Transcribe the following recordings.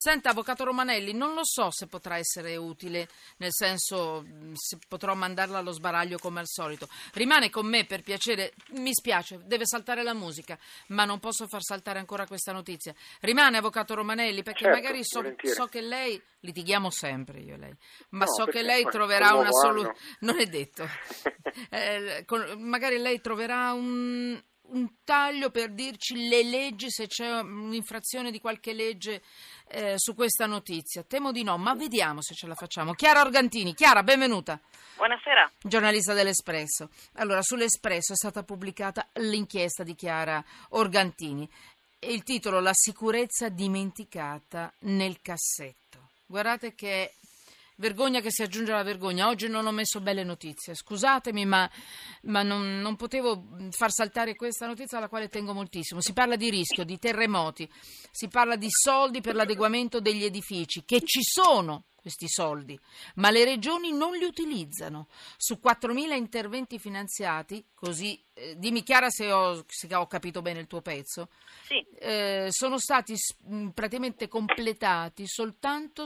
Senta, Avvocato Romanelli, non lo so se potrà essere utile, nel senso se potrò mandarla allo sbaraglio come al solito. Rimane con me, per piacere. Mi spiace, deve saltare la musica, ma non posso far saltare ancora questa notizia. Rimane, Avvocato Romanelli, perché Certo, magari so che lei, litighiamo sempre io e lei, ma No, so che perché lei poi troverà col una nuovo soluzione. anno. Non è detto. Magari lei troverà un taglio per dirci le leggi, se c'è un'infrazione di qualche legge su questa notizia. Temo di no, ma vediamo se ce la facciamo. Chiara Organtini. Chiara, benvenuta. Buonasera. Giornalista dell'Espresso. Allora, sull'Espresso è stata pubblicata l'inchiesta di Chiara Organtini e il titolo La sicurezza dimenticata nel cassetto. Guardate che vergogna che si aggiunge alla vergogna. Oggi non ho messo belle notizie, scusatemi, ma non potevo far saltare questa notizia alla quale tengo moltissimo. Si parla di rischio, di terremoti, si parla di soldi per l'adeguamento degli edifici, che ci sono questi soldi, ma le regioni non li utilizzano. Su 4.000 interventi finanziati, così, dimmi Chiara se ho capito bene il tuo pezzo, Sì. sono stati praticamente completati soltanto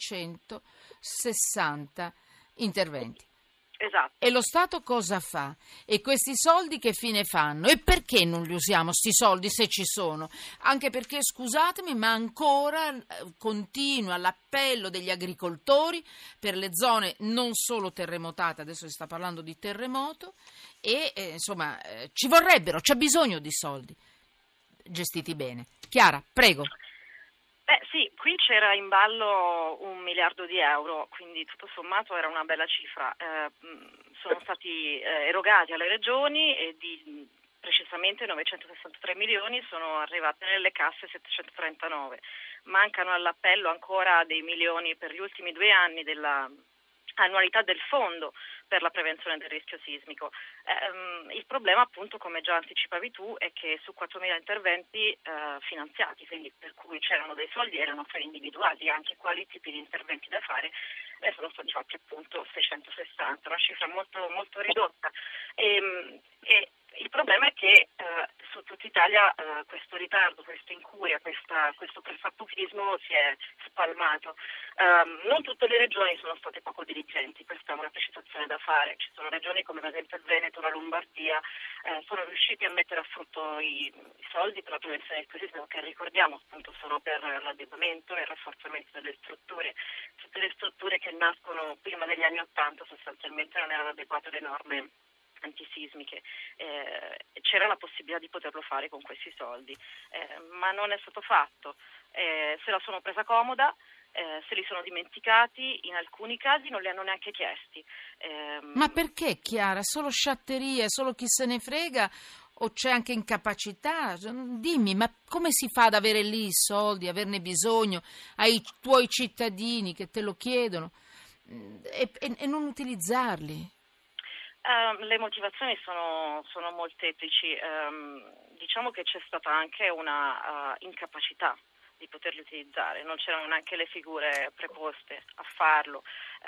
660 interventi. Esatto. E lo Stato cosa fa? E questi soldi che fine fanno? E perché non li usiamo sti soldi se ci sono? Anche perché, scusatemi, ma ancora continua l'appello degli agricoltori per le zone non solo terremotate, adesso si sta parlando di terremoto, e insomma ci vorrebbero, c'è bisogno di soldi gestiti bene. Chiara, prego. Sì, qui c'era in ballo 1 miliardo di euro, quindi tutto sommato era una bella cifra. Sono stati erogati alle regioni e precisamente 963 milioni sono arrivati nelle casse 739. Mancano all'appello ancora dei milioni per gli ultimi 2 anni della annualità del fondo per la prevenzione del rischio sismico. Il problema, appunto, come già anticipavi tu, è che su 4.000 interventi finanziati, quindi per cui c'erano dei soldi, erano stati individuati anche quali tipi di interventi da fare, sono stati fatti appunto 660, una cifra molto, molto ridotta. E il problema è che su tutta Italia questo ritardo, questa incuria, questo pressappochismo si è spalmato. Non tutte le regioni sono state poco diligenti, questa è una precisazione da fare. Ci sono regioni come per esempio il Veneto, la Lombardia, sono riusciti a mettere a frutto i soldi per la prevenzione del turismo, che ricordiamo appunto sono per l'adeguamento e il rafforzamento delle strutture. Tutte le strutture che nascono prima degli anni '80 sostanzialmente non erano adeguate alle norme antisismiche. C'era la possibilità di poterlo fare con questi soldi, ma non è stato fatto. Se la sono presa comoda, se li sono dimenticati, in alcuni casi non li hanno neanche chiesti. Ma perché, Chiara? Solo sciatteria, solo chi se ne frega? O c'è anche incapacità? Dimmi, ma come si fa ad avere lì i soldi, averne bisogno, ai tuoi cittadini che te lo chiedono e non utilizzarli? Le motivazioni sono molteplici. Diciamo che c'è stata anche una incapacità di poterli utilizzare, non c'erano neanche le figure preposte a farlo,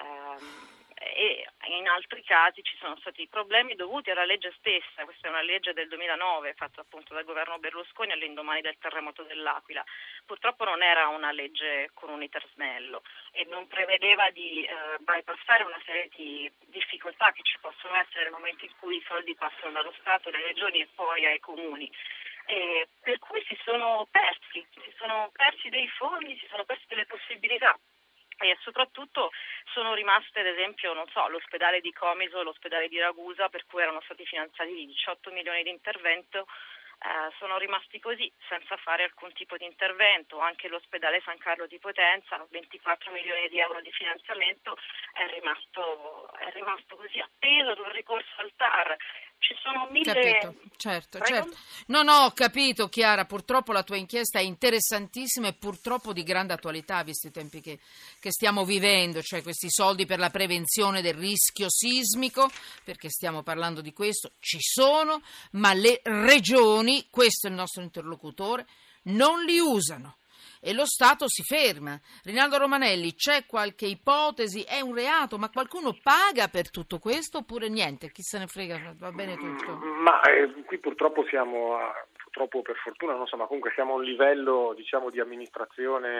e in altri casi ci sono stati problemi dovuti alla legge stessa. Questa è una legge del 2009 fatta appunto dal governo Berlusconi all'indomani del terremoto dell'Aquila. Purtroppo non era una legge con un iter snello e non prevedeva di bypassare una serie di difficoltà che ci possono essere nel momento in cui i soldi passano dallo Stato, alle regioni e poi ai comuni. Per cui si sono persi dei fondi, si sono perse delle possibilità e soprattutto sono rimaste, ad esempio, l'ospedale di Comiso e l'ospedale di Ragusa, per cui erano stati finanziati 18 milioni di intervento, sono rimasti così, senza fare alcun tipo di intervento. Anche l'ospedale San Carlo di Potenza, 24 milioni di euro di finanziamento, è rimasto così appeso ad un ricorso al TAR. Ci sono Capito, certo. No, ho capito, Chiara, purtroppo la tua inchiesta è interessantissima e purtroppo di grande attualità, visti i tempi che stiamo vivendo, cioè questi soldi per la prevenzione del rischio sismico, perché stiamo parlando di questo, ci sono, ma le regioni, questo è il nostro interlocutore, non li usano. E lo Stato si ferma. Rinaldo Romanelli, c'è qualche ipotesi? È un reato, ma qualcuno paga per tutto questo oppure niente? Chi se ne frega, va bene tutto? Ma qui purtroppo purtroppo per fortuna, non so, ma comunque siamo a un livello, diciamo, di amministrazione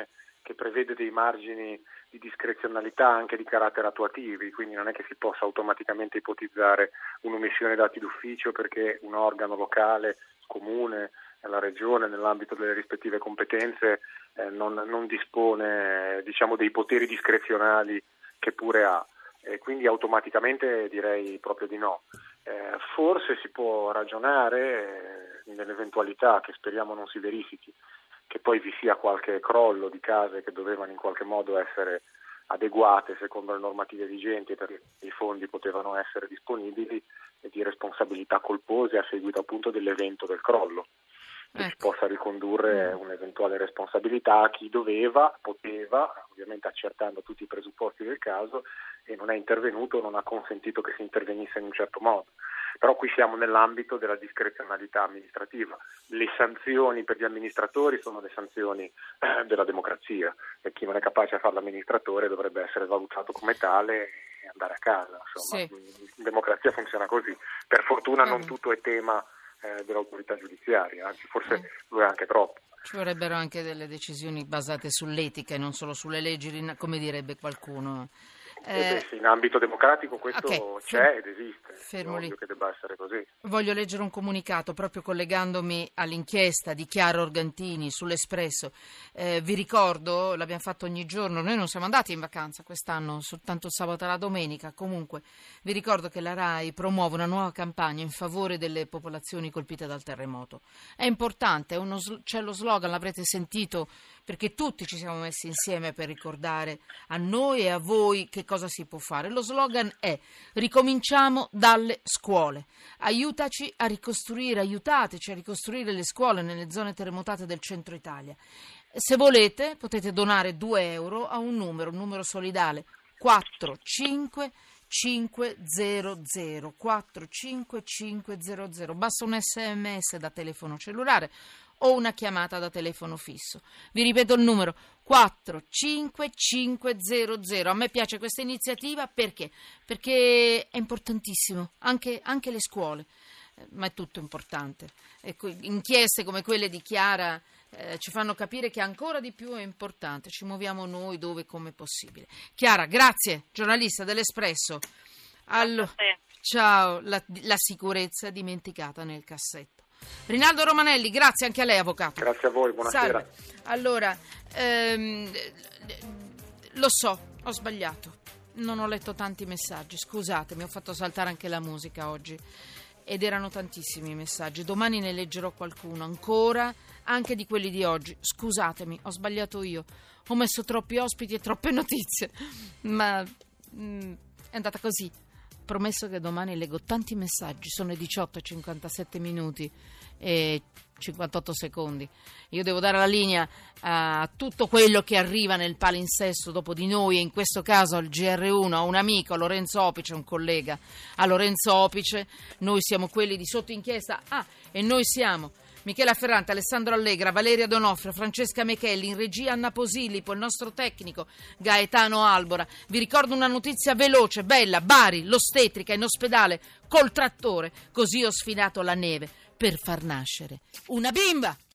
che prevede dei margini di discrezionalità anche di carattere attuativi, quindi non è che si possa automaticamente ipotizzare un'omissione dati d'ufficio perché un organo locale, comune, la regione, nell'ambito delle rispettive competenze, non dispone, dei poteri discrezionali che pure ha. Quindi automaticamente direi proprio di no. Forse si può ragionare nell'eventualità, che speriamo non si verifichi, che poi vi sia qualche crollo di case che dovevano in qualche modo essere adeguate secondo le normative vigenti perché i fondi potevano essere disponibili, e di responsabilità colpose a seguito appunto dell'evento del crollo. Che si possa ricondurre un'eventuale responsabilità a chi poteva, ovviamente accertando tutti i presupposti del caso, e non è intervenuto, non ha consentito che si intervenisse in un certo modo. Però qui siamo nell'ambito della discrezionalità amministrativa. Le sanzioni per gli amministratori sono le sanzioni della democrazia, e chi non è capace a fare l'amministratore dovrebbe essere valutato come tale e andare a casa. Insomma, sì. In democrazia funziona così. Per fortuna non tutto è tema dell'autorità giudiziaria, anzi forse lo è anche troppo. Ci vorrebbero anche delle decisioni basate sull'etica e non solo sulle leggi, come direbbe qualcuno. Sì, in ambito democratico questo c'è ed esiste, fermo è ovvio che debba essere così. Voglio leggere un comunicato proprio collegandomi all'inchiesta di Chiara Organtini sull'Espresso. Vi ricordo, l'abbiamo fatto ogni giorno, noi non siamo andati in vacanza quest'anno, soltanto il sabato e la domenica, comunque vi ricordo che la RAI promuove una nuova campagna in favore delle popolazioni colpite dal terremoto. È importante, c'è lo slogan, l'avrete sentito, perché tutti ci siamo messi insieme per ricordare a noi e a voi che cosa si può fare. Lo slogan è: ricominciamo dalle scuole. Aiutateci a ricostruire le scuole nelle zone terremotate del centro Italia. Se volete potete donare 2 euro a un numero solidale 45500, 45500. Basta un SMS da telefono cellulare o una chiamata da telefono fisso. Vi ripeto il numero 45500. A me piace questa iniziativa perché è importantissimo, anche le scuole, ma è tutto importante. Inchieste come quelle di Chiara ci fanno capire che ancora di più è importante. Ci muoviamo noi dove e come possibile. Chiara, grazie, giornalista dell'Espresso. Allora, ciao, la sicurezza dimenticata nel cassetto. Rinaldo Romanelli, grazie anche a lei, avvocato. Grazie a voi, buonasera. Salve. Allora, lo so, ho sbagliato, non ho letto tanti messaggi, scusatemi, ho fatto saltare anche la musica oggi ed erano tantissimi i messaggi. Domani ne leggerò qualcuno ancora, anche di quelli di oggi. Scusatemi, ho sbagliato io, ho messo troppi ospiti e troppe notizie, ma è andata così. Promesso che domani leggo tanti messaggi. Sono le 18:57 e 58 secondi. Io devo dare la linea a tutto quello che arriva nel palinsesto dopo di noi, e in questo caso al GR1, a un amico, a Lorenzo Opice, un collega. A Lorenzo Opice, noi siamo quelli di sotto inchiesta. E noi siamo Michela Ferrante, Alessandro Allegra, Valeria Donofrio, Francesca Mechelli, in regia Anna Posillipo, il nostro tecnico Gaetano Albora. Vi ricordo una notizia veloce, bella: Bari, l'ostetrica in ospedale col trattore, così ho sfidato la neve per far nascere una bimba.